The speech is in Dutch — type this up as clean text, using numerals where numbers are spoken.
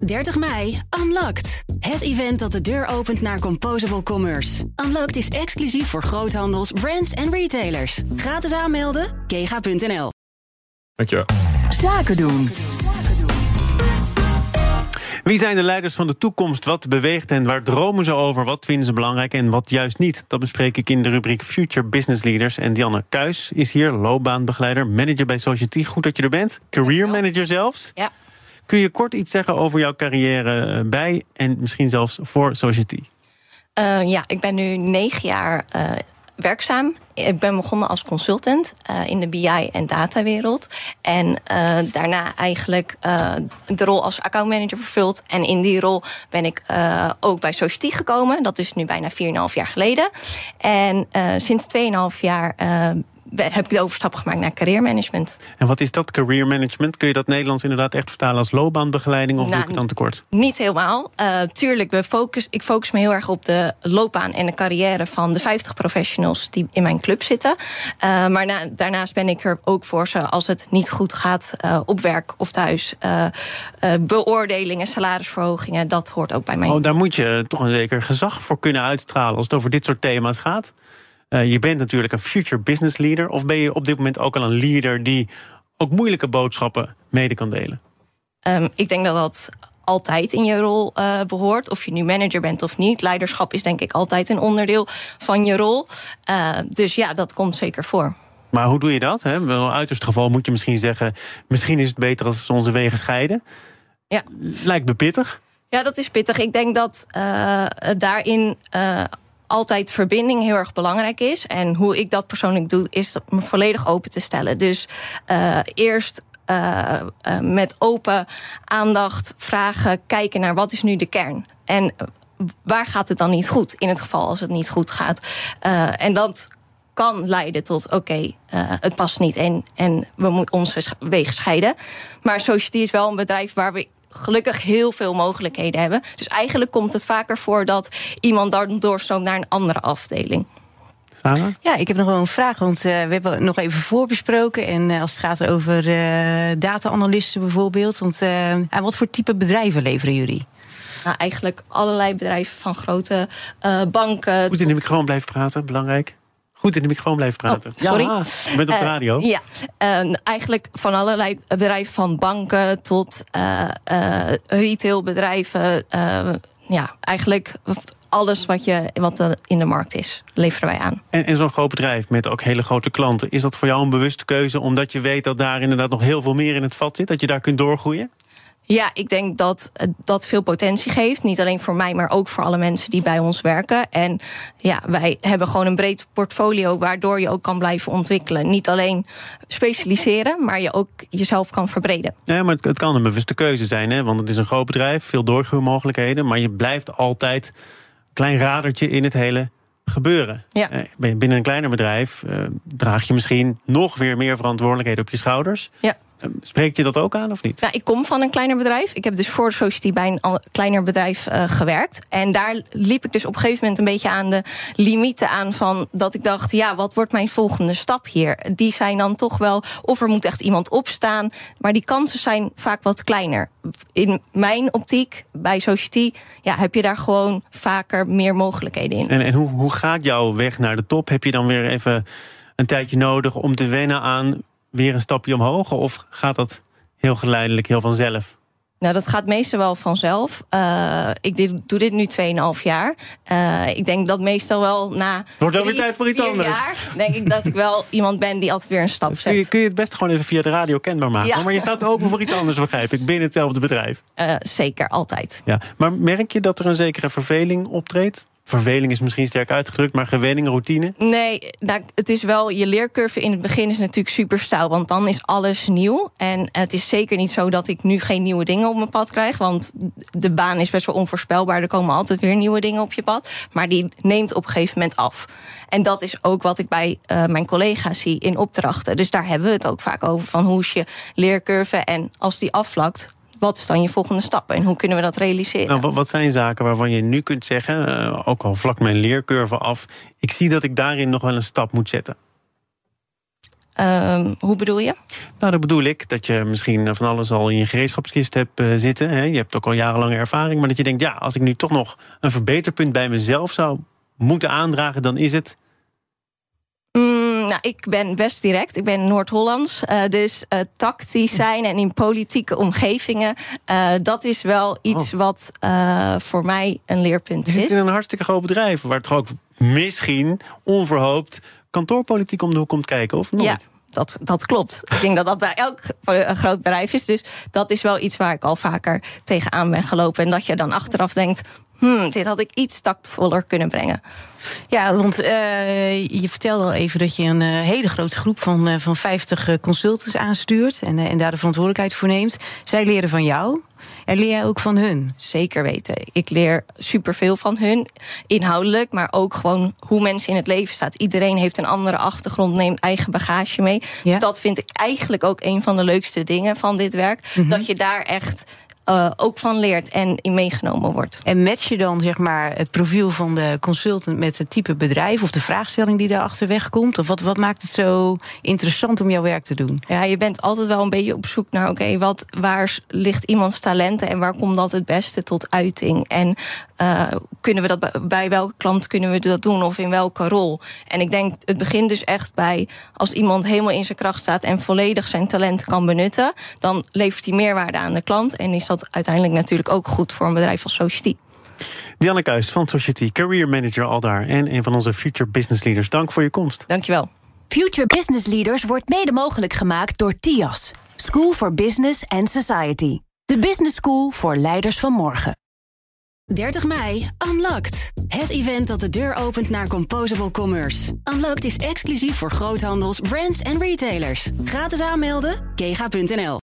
30 mei, Unlocked. Het event dat de deur opent naar Composable Commerce. Unlocked is exclusief voor groothandels, brands en retailers. Gratis aanmelden, kega.nl. Dankjewel. Zaken doen. Wie zijn de leiders van de toekomst? Wat beweegt hen? Waar dromen ze over? Wat vinden ze belangrijk en wat juist niet? Dat bespreek ik in de rubriek Future Business Leaders. En Dianne Kuijs is hier, loopbaanbegeleider, manager bij Society. Goed dat je er bent. Career manager zelfs. Ja. Kun je kort iets zeggen over jouw carrière bij en misschien zelfs voor Society? Ik ben nu 9 jaar werkzaam. Ik ben begonnen als consultant in de BI- en datawereld. En daarna eigenlijk de rol als accountmanager vervuld. En in die rol ben ik ook bij Society gekomen. Dat is nu bijna 4,5 jaar geleden. En sinds 2,5 jaar heb ik de overstap gemaakt naar career management. En wat is dat, career management? Kun je dat Nederlands inderdaad echt vertalen als loopbaanbegeleiding? Of doe ik het dan tekort? Niet helemaal. Tuurlijk, ik focus me heel erg op de loopbaan en de carrière van de 50 professionals die in mijn club zitten. Maar daarnaast ben ik er ook voor ze als het niet goed gaat op werk of thuis. Beoordelingen, salarisverhogingen, dat hoort ook bij mij. Daar moet je toch een zeker gezag voor kunnen uitstralen als het over dit soort thema's gaat. Je bent natuurlijk een future business leader. Of ben je op dit moment ook al een leader die ook moeilijke boodschappen mede kan delen? Ik denk dat dat altijd in je rol behoort. Of je nu manager bent of niet. Leiderschap is denk ik altijd een onderdeel van je rol. Dus ja, dat komt zeker voor. Maar hoe doe je dat? Hè? Wel, uiterste geval moet je misschien zeggen, misschien is het beter als onze wegen scheiden. Ja. Lijkt me pittig. Ja, dat is pittig. Ik denk dat daarin altijd verbinding heel erg belangrijk is. En hoe ik dat persoonlijk doe, is me volledig open te stellen. Dus eerst met open aandacht vragen, kijken naar wat is nu de kern. En waar gaat het dan niet goed? In het geval als het niet goed gaat. En dat kan leiden tot het past niet en we moeten onze wegen scheiden. Maar Society is wel een bedrijf waar we gelukkig heel veel mogelijkheden hebben. Dus eigenlijk komt het vaker voor dat iemand dan doorstroomt naar een andere afdeling. Sarah? Ja, ik heb nog wel een vraag, want we hebben nog even voorbesproken. En als het gaat over data-analysten bijvoorbeeld. Want aan wat voor type bedrijven leveren jullie? Nou, eigenlijk allerlei bedrijven van grote banken. Goed in de microfoon blijven praten, belangrijk. Goed in de microfoon blijven praten. Sorry. Ja, je bent op de radio. Eigenlijk van allerlei bedrijven, van banken tot retailbedrijven. Eigenlijk alles wat er in de markt is, leveren wij aan. En zo'n groot bedrijf met ook hele grote klanten, is dat voor jou een bewuste keuze omdat je weet dat daar inderdaad nog heel veel meer in het vat zit, dat je daar kunt doorgroeien? Ja, ik denk dat dat veel potentie geeft. Niet alleen voor mij, maar ook voor alle mensen die bij ons werken. En ja, wij hebben gewoon een breed portfolio waardoor je ook kan blijven ontwikkelen. Niet alleen specialiseren, maar je ook jezelf kan verbreden. Ja, maar het kan een bewuste keuze zijn, hè? Want het is een groot bedrijf, veel doorgroeimogelijkheden, maar je blijft altijd een klein radertje in het hele gebeuren. Ja. Ben je binnen een kleiner bedrijf, draag je misschien nog weer meer verantwoordelijkheden op je schouders. Ja. Spreekt je dat ook aan of niet? Nou, ik kom van een kleiner bedrijf. Ik heb dus voor de Society bij een kleiner bedrijf gewerkt. En daar liep ik dus op een gegeven moment een beetje aan de limieten aan van dat ik dacht, ja, wat wordt mijn volgende stap hier? Die zijn dan toch wel, of er moet echt iemand opstaan. Maar die kansen zijn vaak wat kleiner. In mijn optiek, bij Society, heb je daar gewoon vaker meer mogelijkheden in. En hoe gaat jouw weg naar de top? Heb je dan weer even een tijdje nodig om te wennen aan weer een stapje omhoog? Of gaat dat heel geleidelijk, heel vanzelf? Nou, dat gaat meestal wel vanzelf. Ik doe dit nu 2,5 jaar. Ik denk dat meestal wel na wordt wel weer tijd voor iets anders. Jaar, denk ik dat ik wel iemand ben die altijd weer een stap zet. Kun je het best gewoon even via de radio kenbaar maken? Ja. Maar je staat open voor iets anders, begrijp ik, binnen hetzelfde bedrijf. Zeker, altijd. Ja. Maar merk je dat er een zekere verveling optreedt? Verveling is misschien sterk uitgedrukt, maar gewenning, routine? Nee, het is wel, je leercurve in het begin is natuurlijk super stijl, want dan is alles nieuw. En het is zeker niet zo dat ik nu geen nieuwe dingen op mijn pad krijg, want de baan is best wel onvoorspelbaar. Er komen altijd weer nieuwe dingen op je pad, maar die neemt op een gegeven moment af. En dat is ook wat ik bij mijn collega's zie in opdrachten. Dus daar hebben we het ook vaak over, van hoe is je leercurve en als die afvlakt, wat is dan je volgende stap en hoe kunnen we dat realiseren? Nou, wat zijn zaken waarvan je nu kunt zeggen, ook al vlak mijn leercurve af, ik zie dat ik daarin nog wel een stap moet zetten? Hoe bedoel je? Nou, dat bedoel ik dat je misschien van alles al in je gereedschapskist hebt zitten. Hè? Je hebt ook al jarenlange ervaring. Maar dat je denkt, ja, als ik nu toch nog een verbeterpunt bij mezelf zou moeten aandragen, dan is het... Nou, ik ben best direct. Ik ben Noord-Hollands. Dus tactisch zijn en in politieke omgevingen... dat is wel iets wat voor mij een leerpunt is. Je zit in een hartstikke groot bedrijf... waar toch ook misschien onverhoopt kantoorpolitiek om de hoek komt kijken, of nooit? Ja, dat klopt. Ik denk dat dat bij elk groot bedrijf is. Dus dat is wel iets waar ik al vaker tegenaan ben gelopen. En dat je dan achteraf denkt... dit had ik iets tactvoller kunnen brengen. Ja, want je vertelde al even dat je een hele grote groep van 50 consultants aanstuurt... en daar de verantwoordelijkheid voor neemt. Zij leren van jou. En leer jij ook van hun? Zeker weten. Ik leer superveel van hun, inhoudelijk... maar ook gewoon hoe mensen in het leven staan. Iedereen heeft een andere achtergrond, neemt eigen bagage mee. Ja. Dus dat vind ik eigenlijk ook een van de leukste dingen van dit werk. Mm-hmm. Dat je daar echt... ook van leert en in meegenomen wordt. En match je dan zeg maar het profiel van de consultant met het type bedrijf of de vraagstelling die daar achterweg komt? Of wat maakt het zo interessant om jouw werk te doen? Ja, je bent altijd wel een beetje op zoek naar waar ligt iemands talenten en waar komt dat het beste tot uiting? En kunnen we dat bij welke klant kunnen we dat doen of in welke rol? En ik denk, het begint dus echt bij als iemand helemaal in zijn kracht staat en volledig zijn talent kan benutten, dan levert hij meerwaarde aan de klant en is dat uiteindelijk natuurlijk ook goed voor een bedrijf als Society. Dianne Kuijs van Society, Career Manager al daar en een van onze Future Business Leaders. Dank voor je komst. Dankjewel. Future Business Leaders wordt mede mogelijk gemaakt door TIAS, School for Business and Society. De business school voor leiders van morgen. 30 mei, Unlocked. Het event dat de deur opent naar Composable Commerce. Unlocked is exclusief voor groothandels, brands en retailers. Gratis aanmelden, kega.nl.